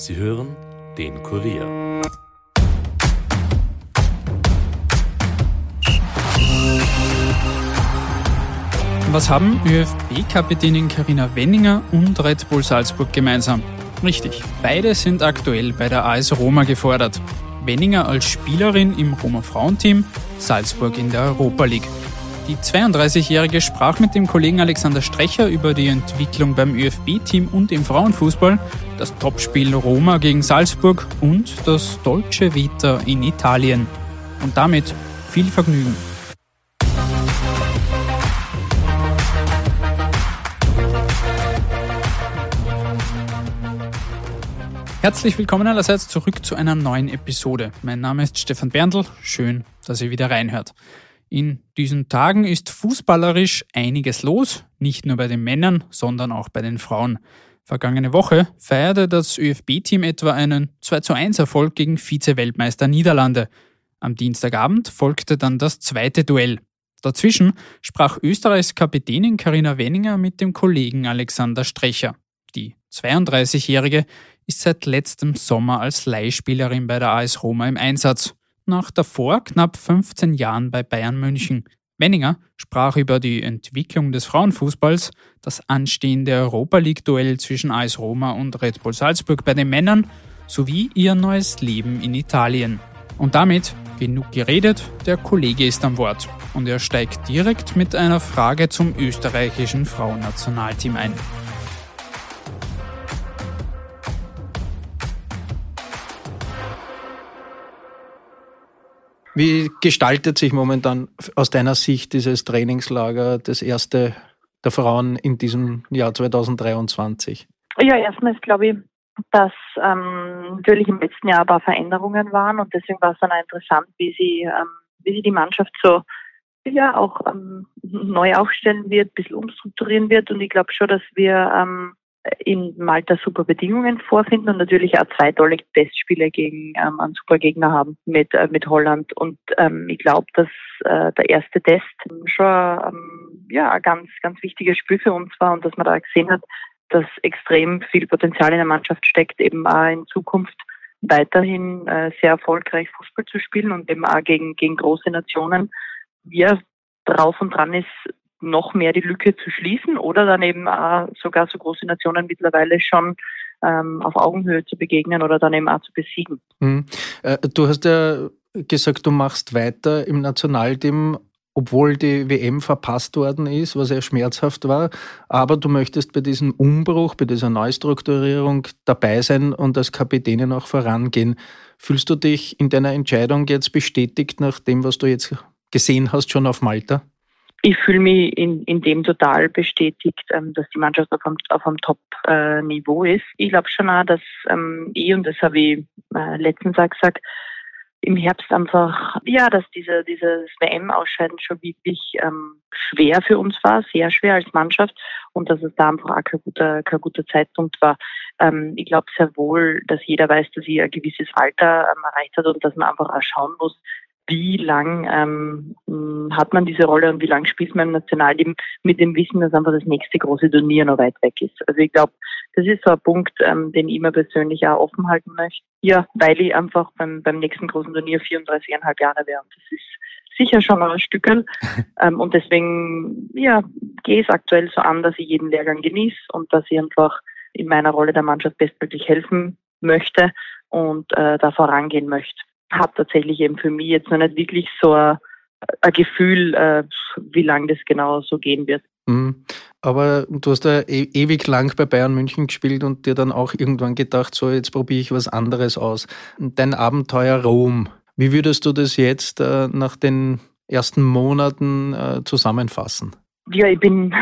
Sie hören den Kurier. Was haben ÖFB-Kapitänin Karina Wenninger und Red Bull Salzburg gemeinsam? Richtig, beide sind aktuell bei der AS Roma gefordert. Wenninger als Spielerin im Roma-Frauenteam, Salzburg in der Europa League. Die 32-Jährige sprach mit dem Kollegen Alexander Strecher über die Entwicklung beim ÖFB-Team und im Frauenfußball, das Topspiel Roma gegen Salzburg und das Dolce Vita in Italien. Und damit viel Vergnügen. Herzlich willkommen allerseits zurück zu einer neuen Episode. Mein Name ist Stefan Berndl, schön, dass ihr wieder reinhört. In diesen Tagen ist fußballerisch einiges los, nicht nur bei den Männern, sondern auch bei den Frauen. Vergangene Woche feierte das ÖFB-Team etwa einen 2:1-Erfolg gegen Vize-Weltmeister Niederlande. Am Dienstagabend folgte dann das zweite Duell. Dazwischen sprach Österreichs Kapitänin Karina Wenninger mit dem Kollegen Alexander Strecher. Die 32-Jährige ist seit letztem Sommer als Leihspielerin bei der AS Roma im Einsatz. Nach davor knapp 15 Jahren bei Bayern München. Wenninger sprach über die Entwicklung des Frauenfußballs, das anstehende Europa-League-Duell zwischen AS Roma und Red Bull Salzburg bei den Männern sowie ihr neues Leben in Italien. Und damit genug geredet, der Kollege ist am Wort. Und er steigt direkt mit einer Frage zum österreichischen Frauennationalteam ein. Wie gestaltet sich momentan aus deiner Sicht dieses Trainingslager, das erste der Frauen in diesem Jahr 2023? Ja, erstmals glaube ich, dass natürlich im letzten Jahr ein paar Veränderungen waren und deswegen war es dann auch interessant, wie sie die Mannschaft so auch neu aufstellen wird, ein bisschen umstrukturieren wird, und ich glaube schon, dass wir in Malta super Bedingungen vorfinden und natürlich auch 2 tolle Testspiele gegen einen super Gegner haben mit Holland. Und ich glaube, dass der erste Test schon ein ganz, ganz wichtiges Spiel für uns war und dass man da gesehen hat, dass extrem viel Potenzial in der Mannschaft steckt, eben auch in Zukunft weiterhin sehr erfolgreich Fußball zu spielen und eben auch gegen große Nationen. Wir drauf und dran ist, noch mehr die Lücke zu schließen oder dann eben auch sogar so große Nationen mittlerweile schon auf Augenhöhe zu begegnen oder dann eben auch zu besiegen. Du hast ja gesagt, du machst weiter im Nationalteam, obwohl die WM verpasst worden ist, was ja schmerzhaft war, aber du möchtest bei diesem Umbruch, bei dieser Neustrukturierung dabei sein und als Kapitänin auch vorangehen. Fühlst du dich in deiner Entscheidung jetzt bestätigt nach dem, was du jetzt gesehen hast, schon auf Malta? Ich fühle mich in dem total bestätigt, dass die Mannschaft auf einem Top-Niveau ist. Ich glaube schon auch, dass und das habe ich letztens auch gesagt, im Herbst einfach, dass dieses WM-Ausscheiden schon wirklich schwer für uns war, sehr schwer als Mannschaft, und dass es da einfach auch kein guter Zeitpunkt war. Ich glaube sehr wohl, dass jeder weiß, dass sie ein gewisses Alter erreicht hat und dass man einfach auch schauen muss, wie lang hat man diese Rolle und wie lang spielt man im Nationalteam mit dem Wissen, dass einfach das nächste große Turnier noch weit weg ist. Also ich glaube, das ist so ein Punkt, den ich mir persönlich auch offen halten möchte. Ja, weil ich einfach beim nächsten großen Turnier 34,5 Jahre wäre. Und das ist sicher schon mal ein Stückel. Und deswegen gehe ich es aktuell so an, dass ich jeden Lehrgang genieße und dass ich einfach in meiner Rolle der Mannschaft bestmöglich helfen möchte und da vorangehen möchte. Habe tatsächlich eben für mich jetzt noch nicht wirklich so ein Gefühl, wie lange das genau so gehen wird. Aber du hast ja ewig lang bei Bayern München gespielt und dir dann auch irgendwann gedacht, so jetzt probiere ich was anderes aus. Dein Abenteuer Rom, wie würdest du das jetzt nach den ersten Monaten zusammenfassen? Ja, ich bin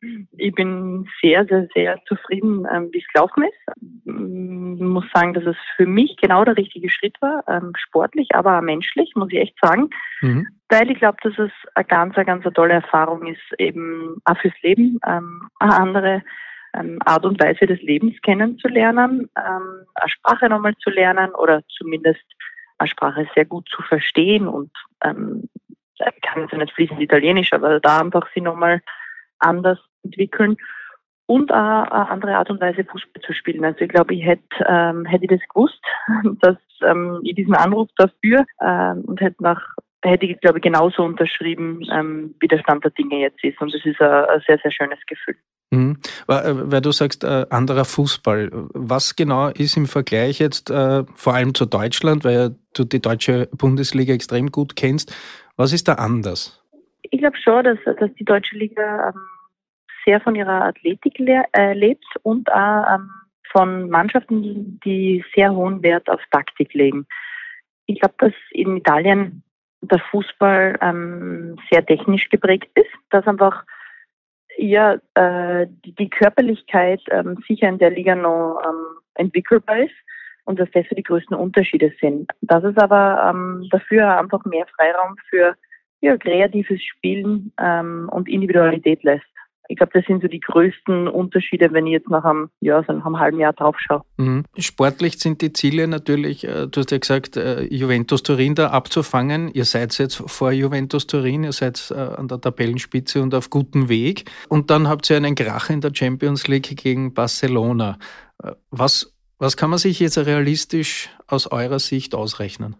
sehr, sehr, sehr zufrieden, wie es gelaufen ist. Ich muss sagen, dass es für mich genau der richtige Schritt war, sportlich, aber auch menschlich, muss ich echt sagen. Weil ich glaube, dass es eine ganz tolle Erfahrung ist, eben auch fürs Leben, eine andere Art und Weise des Lebens kennenzulernen, eine Sprache nochmal zu lernen oder zumindest eine Sprache sehr gut zu verstehen und ich kann jetzt nicht fließend Italienisch, aber da einfach sie nochmal anders entwickeln. und auch eine andere Art und Weise Fußball zu spielen. Also ich glaube, hätte ich das gewusst, dass ich diesen Anruf dafür und hätte ich, glaube ich, genauso unterschrieben, wie der Stand der Dinge jetzt ist. Und das ist ein sehr, sehr schönes Gefühl. Mhm. Weil du sagst, anderer Fußball. Was genau ist im Vergleich jetzt vor allem zu Deutschland, weil du die deutsche Bundesliga extrem gut kennst, was ist da anders? Ich glaube schon, dass die deutsche Liga sehr von ihrer Athletik lebt und auch von Mannschaften, die sehr hohen Wert auf Taktik legen. Ich glaube, dass in Italien der Fußball sehr technisch geprägt ist, dass einfach die Körperlichkeit sicher in der Liga noch entwickelbar ist und dass das so die größten Unterschiede sind. Dass es aber dafür einfach mehr Freiraum für kreatives Spielen und Individualität lässt. Ich glaube, das sind so die größten Unterschiede, wenn ich jetzt nach einem halben Jahr drauf schaue. Mhm. Sportlich sind die Ziele natürlich, du hast ja gesagt, Juventus Turin da abzufangen. Ihr seid jetzt vor Juventus Turin, ihr seid an der Tabellenspitze und auf gutem Weg. Und dann habt ihr einen Krach in der Champions League gegen Barcelona. Was kann man sich jetzt realistisch aus eurer Sicht ausrechnen?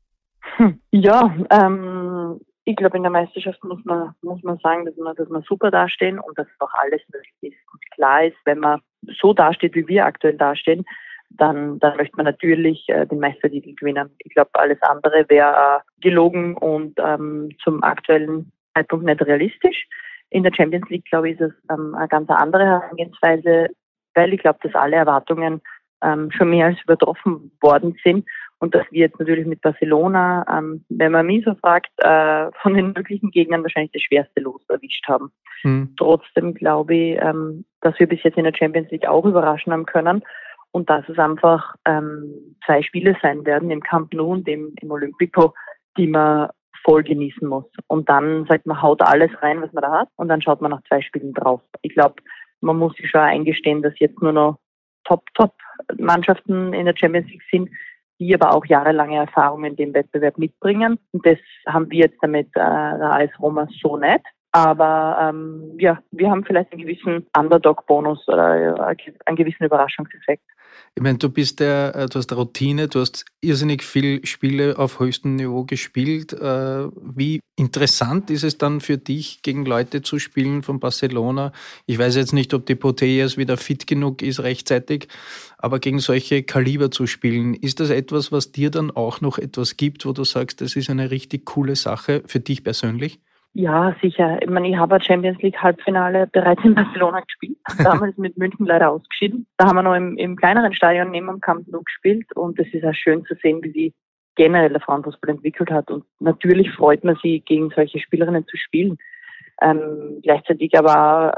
Ich glaube, in der Meisterschaft muss man sagen, dass wir super dastehen und dass auch alles möglich ist. Und klar ist, wenn man so dasteht, wie wir aktuell dastehen, dann möchte man natürlich den Meistertitel gewinnen. Ich glaube, alles andere wäre gelogen und zum aktuellen Zeitpunkt nicht realistisch. In der Champions League, glaube ich, ist es eine ganz andere Herangehensweise, weil ich glaube, dass alle Erwartungen schon mehr als übertroffen worden sind. Und dass wir jetzt natürlich mit Barcelona, wenn man mich so fragt, von den möglichen Gegnern wahrscheinlich das schwerste Los erwischt haben. Trotzdem glaube ich, dass wir bis jetzt in der Champions League auch überraschen haben können und dass es einfach 2 Spiele sein werden, im Camp Nou und im Olympico, die man voll genießen muss. Und dann sagt man, haut alles rein, was man da hat, und dann schaut man nach 2 Spielen drauf. Ich glaube, man muss sich schon eingestehen, dass jetzt nur noch Top-Mannschaften in der Champions League sind, die aber auch jahrelange Erfahrung in dem Wettbewerb mitbringen. Und das haben wir jetzt damit der AS Roma so nicht. Aber wir haben vielleicht einen gewissen Underdog-Bonus oder einen gewissen Überraschungseffekt. Ich meine, du hast Routine, du hast irrsinnig viele Spiele auf höchstem Niveau gespielt. Wie interessant ist es dann für dich, gegen Leute zu spielen von Barcelona? Ich weiß jetzt nicht, ob die Putellas wieder fit genug ist rechtzeitig, aber gegen solche Kaliber zu spielen, ist das etwas, was dir dann auch noch etwas gibt, wo du sagst, das ist eine richtig coole Sache für dich persönlich? Ja, sicher. Ich meine, ich habe ein Champions League Halbfinale bereits in Barcelona gespielt. Damals mit München leider ausgeschieden. Da haben wir noch im kleineren Stadion neben dem Camp Nou gespielt und es ist auch schön zu sehen, wie sich generell der Frauenfußball entwickelt hat. Und natürlich freut man sich, gegen solche Spielerinnen zu spielen. Gleichzeitig aber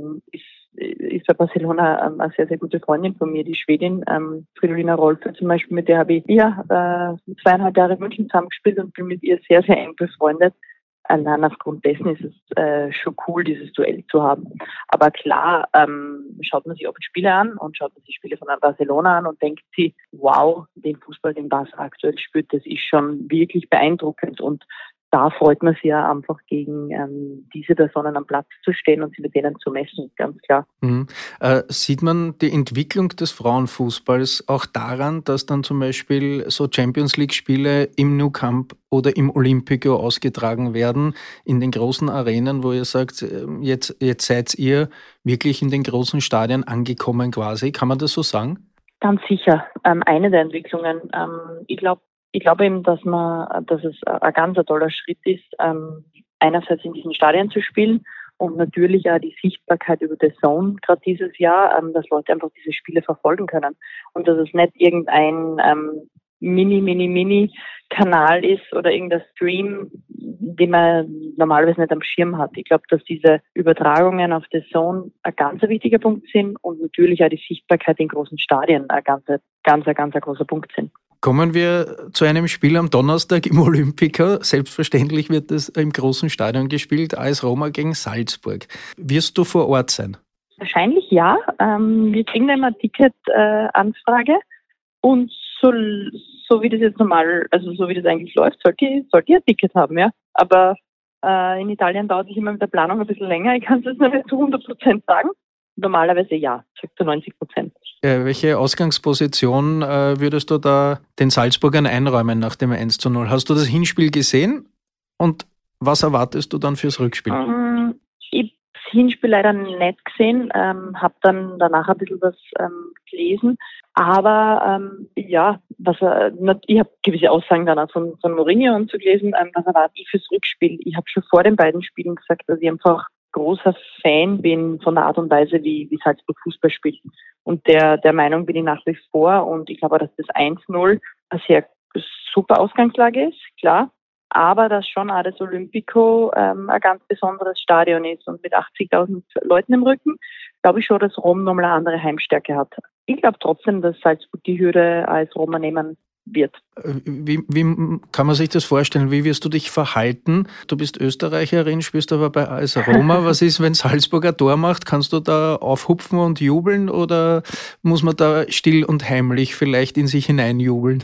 ist bei Barcelona eine sehr, sehr gute Freundin von mir, die Schwedin, Fridolina Rolfe zum Beispiel, mit der habe ich 2,5 Jahre in München zusammengespielt und bin mit ihr sehr, sehr eng befreundet. Allein aufgrund dessen ist es schon cool, dieses Duell zu haben. Aber klar, schaut man sich auch die Spiele an und schaut man sich Spiele von Barcelona an und denkt sich, wow, den Fußball, den Barca aktuell spielt, das ist schon wirklich beeindruckend. Und da freut man sich ja einfach, gegen diese Personen am Platz zu stehen und sich mit denen zu messen, ganz klar. Sieht man die Entwicklung des Frauenfußballs auch daran, dass dann zum Beispiel so Champions-League-Spiele im Nou Camp oder im Olympico ausgetragen werden, in den großen Arenen, wo ihr sagt, jetzt seid ihr wirklich in den großen Stadien angekommen quasi? Kann man das so sagen? Ganz sicher. Eine der Entwicklungen. Ich glaube eben, dass es ein ganz toller Schritt ist, einerseits in diesen Stadien zu spielen und natürlich auch die Sichtbarkeit über The Zone, gerade dieses Jahr, dass Leute einfach diese Spiele verfolgen können und dass es nicht irgendein Mini-Kanal ist oder irgendein Stream, den man normalerweise nicht am Schirm hat. Ich glaube, dass diese Übertragungen auf The Zone ein ganz wichtiger Punkt sind und natürlich auch die Sichtbarkeit in großen Stadien ein ganz großer Punkt sind. Kommen wir zu einem Spiel am Donnerstag im Olympico. Selbstverständlich wird es im großen Stadion gespielt, AS Roma gegen Salzburg. Wirst du vor Ort sein? Wahrscheinlich ja. Wir kriegen da immer eine Ticket-Anfrage und so wie das jetzt normal, also so wie das eigentlich läuft, sollte ich ein Ticket haben, ja. Aber in Italien dauert es immer mit der Planung ein bisschen länger. Ich kann es jetzt noch nicht zu 100% sagen. normalerweise ja, zu 90%. Welche Ausgangsposition würdest du da den Salzburgern einräumen nach dem 1:0? Hast du das Hinspiel gesehen und was erwartest du dann fürs Rückspiel? Ich habe das Hinspiel leider nicht gesehen, habe dann danach ein bisschen was gelesen. Aber ich habe gewisse Aussagen dann auch von Mourinho und so gelesen, was erwarte ich fürs Rückspiel. Ich habe schon vor den beiden Spielen gesagt, dass ich einfach großer Fan bin von der Art und Weise, wie Salzburg Fußball spielt. Und der Meinung bin ich nach wie vor. Und ich glaube, dass das 1:0 eine sehr super Ausgangslage ist, klar. Aber dass schon auch das Olympico ein ganz besonderes Stadion ist. Und mit 80.000 Leuten im Rücken glaube ich schon, dass Rom nochmal eine andere Heimstärke hat. Ich glaube trotzdem, dass Salzburg die Hürde als Roma nehmen wird. Wie kann man sich das vorstellen? Wie wirst du dich verhalten? Du bist Österreicherin, spielst aber bei AS Roma. Was ist, wenn Salzburg ein Tor macht? Kannst du da aufhupfen und jubeln oder muss man da still und heimlich vielleicht in sich hineinjubeln?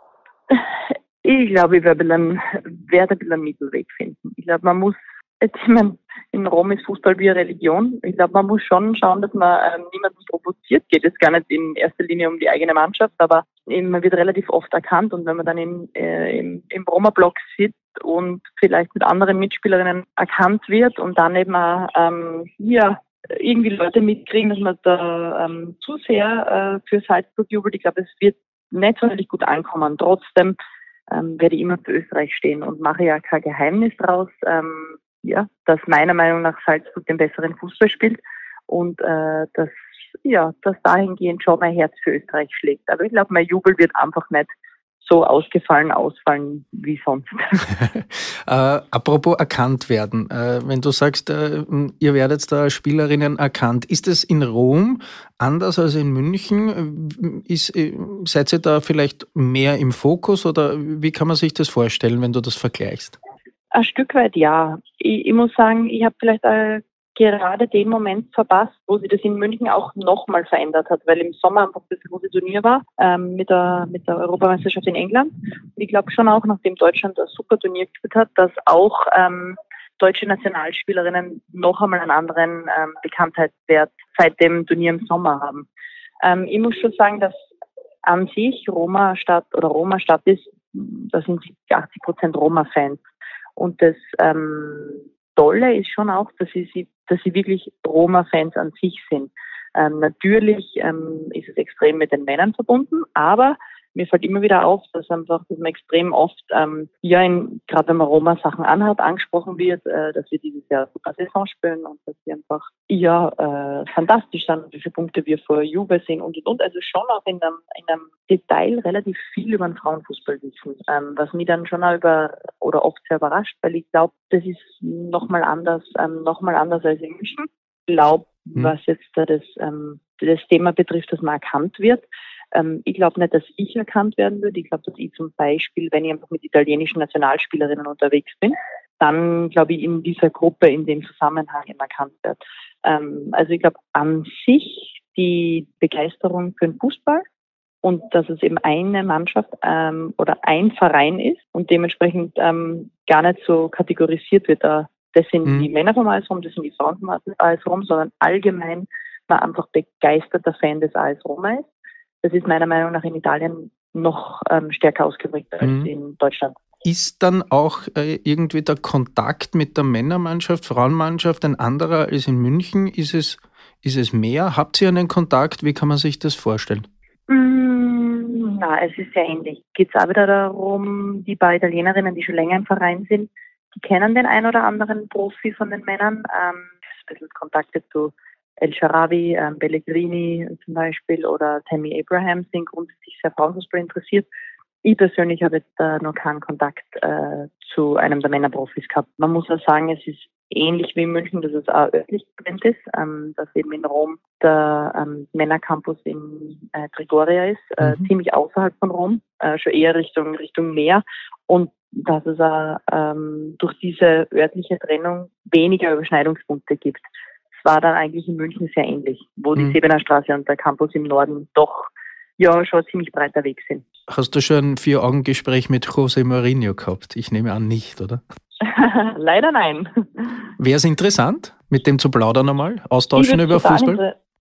Ich glaube, ich werde ein bisschen einen Mittelweg finden. Ich glaube, man muss, in Rom ist Fußball wie eine Religion. Ich glaube, man muss schon schauen, dass man niemanden provoziert. Geht es gar nicht in erster Linie um die eigene Mannschaft, aber man wird relativ oft erkannt. Und wenn man dann im Roma-Block sitzt und vielleicht mit anderen Mitspielerinnen erkannt wird und dann eben auch, irgendwie Leute mitkriegen, dass man da zu sehr für Salzburg jubelt, ich glaube, es wird nicht sonderlich gut ankommen. Trotzdem werde ich immer für Österreich stehen und mache ja kein Geheimnis draus, dass meiner Meinung nach Salzburg den besseren Fußball spielt und dass dahingehend schon mein Herz für Österreich schlägt. Aber ich glaube, mein Jubel wird einfach nicht so ausfallen wie sonst. Apropos erkannt werden. Wenn du sagst, ihr werdet da als Spielerinnen erkannt, ist es in Rom anders als in München? Seid ihr da vielleicht mehr im Fokus oder wie kann man sich das vorstellen, wenn du das vergleichst? Ein Stück weit ja. Ich muss sagen, ich habe vielleicht gerade den Moment verpasst, wo sie das in München auch nochmal verändert hat, weil im Sommer einfach das große Turnier war mit der Europameisterschaft in England. Und ich glaube schon auch, nachdem Deutschland ein super Turnier gespielt hat, dass auch deutsche Nationalspielerinnen noch einmal einen anderen Bekanntheitswert seit dem Turnier im Sommer haben. Ich muss schon sagen, dass an sich Roma-Stadt ist, da sind 80% Roma-Fans. Und das Tolle ist schon auch, dass sie wirklich Roma-Fans an sich sind. Natürlich ist es extrem mit den Männern verbunden, aber mir fällt immer wieder auf, dass man extrem oft, gerade wenn man Roma-Sachen anhat, angesprochen wird, dass wir dieses Jahr super Saison spielen und dass wir einfach fantastisch sind, wie viele Punkte wir vor Juve sehen und. Also schon auch in einem Detail relativ viel über den Frauenfußball wissen, was mich dann schon auch oft sehr überrascht, weil ich glaube, das ist nochmal anders als in München. Ich glaube, was jetzt das Thema betrifft, dass man erkannt wird. Ich glaube nicht, dass ich erkannt werden würde. Ich glaube, dass ich zum Beispiel, wenn ich einfach mit italienischen Nationalspielerinnen unterwegs bin, dann glaube ich in dieser Gruppe, in dem Zusammenhang erkannt wird. Also ich glaube an sich die Begeisterung für den Fußball und dass es eben eine Mannschaft oder ein Verein ist und dementsprechend gar nicht so kategorisiert wird. Das sind die Männer vom AS Rom, das sind die Frauen vom AS Rom, sondern allgemein man einfach begeisterter Fan des AS Roma ist. Das ist meiner Meinung nach in Italien noch stärker ausgeprägt als in Deutschland. Ist dann auch irgendwie der Kontakt mit der Männermannschaft, Frauenmannschaft ein anderer als in München? Ist es mehr? Habt ihr einen Kontakt? Wie kann man sich das vorstellen? Es ist sehr ähnlich. Geht es auch wieder darum, die paar Italienerinnen, die schon länger im Verein sind, die kennen den ein oder anderen Profi von den Männern. Ein bisschen Kontakte zu El Shaarawy, Pellegrini zum Beispiel oder Tammy Abraham sind grundsätzlich sehr Frauenfußball interessiert. Ich persönlich habe jetzt noch keinen Kontakt zu einem der Männerprofis gehabt. Man muss auch sagen, es ist ähnlich wie in München, dass es auch örtlich getrennt ist, dass eben in Rom der Männercampus in Trigoria ist, ziemlich außerhalb von Rom, schon eher Richtung Meer und dass es auch durch diese örtliche Trennung weniger Überschneidungspunkte gibt. Es war dann eigentlich in München sehr ähnlich, wo die Sebener Straße und der Campus im Norden doch schon ziemlich breiter Weg sind. Hast du schon ein 4-Augen-Gespräch mit José Mourinho gehabt? Ich nehme an, nicht, oder? Leider nein. Wäre es interessant, mit dem zu plaudern einmal? Austauschen über Fußball?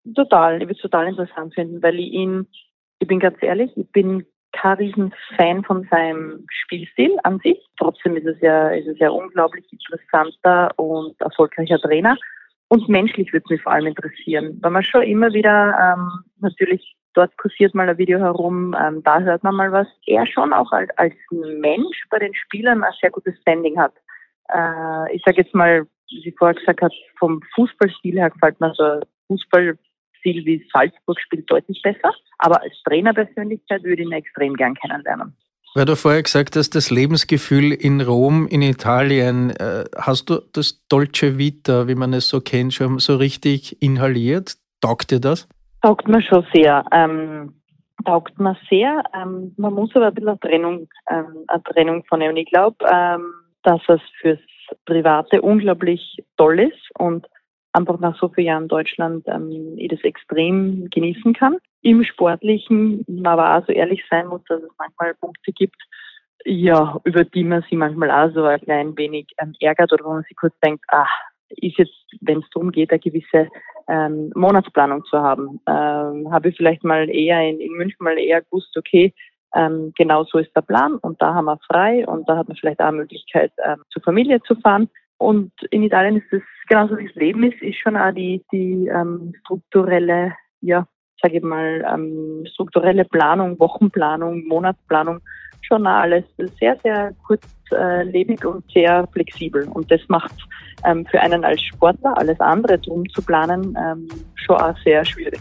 Total, ich würde es total interessant finden, weil ich bin ganz ehrlich, ich bin kein Riesenfan von seinem Spielstil an sich. Trotzdem ist es ja unglaublich interessanter und erfolgreicher Trainer. Und menschlich würde es mich vor allem interessieren, weil man schon immer wieder natürlich dort kursiert mal ein Video herum, da hört man mal was. Er schon auch als Mensch bei den Spielern ein sehr gutes Standing hat. Ich sage jetzt mal, wie sie vorher gesagt hat, vom Fußballstil her gefällt mir so ein Fußballstil wie Salzburg spielt deutlich besser. Aber als Trainerpersönlichkeit würde ich ihn extrem gern kennenlernen. Weil du vorher gesagt hast, das Lebensgefühl in Rom, in Italien, hast du das Dolce Vita, wie man es so kennt, schon so richtig inhaliert? Taugt dir das? Taugt mir schon sehr. Taugt mir sehr. Man muss aber ein bisschen eine Trennung von ihm. Ich glaube, dass es fürs Private unglaublich toll ist und einfach nach so vielen Jahren Deutschland ich das extrem genießen kann. Im Sportlichen, man aber auch so ehrlich sein muss, dass es manchmal Punkte gibt, ja, über die man sich manchmal auch so ein klein wenig ärgert oder wo man sich kurz denkt, ist jetzt, wenn es darum geht, eine gewisse Monatsplanung zu haben, habe ich vielleicht mal eher in München mal eher gewusst, okay, genau so ist der Plan und da haben wir frei und da hat man vielleicht auch eine Möglichkeit, zur Familie zu fahren. Und in Italien ist es genauso wie das Leben ist schon auch die strukturelle, ja, sage ich mal, strukturelle Planung, Wochenplanung, Monatsplanung, schon auch alles sehr, sehr kurzlebig und sehr flexibel. Und das macht für einen als Sportler alles andere drum zu planen schon auch sehr schwierig.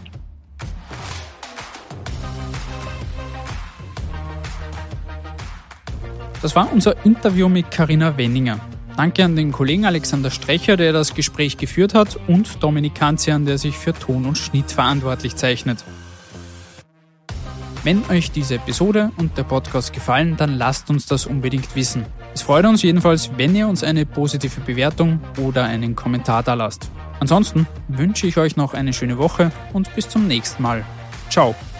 Das war unser Interview mit Carina Wenninger. Danke an den Kollegen Alexander Strecher, der das Gespräch geführt hat, und Dominik Kanzian, der sich für Ton und Schnitt verantwortlich zeichnet. Wenn euch diese Episode und der Podcast gefallen, dann lasst uns das unbedingt wissen. Es freut uns jedenfalls, wenn ihr uns eine positive Bewertung oder einen Kommentar dalasst. Ansonsten wünsche ich euch noch eine schöne Woche und bis zum nächsten Mal. Ciao!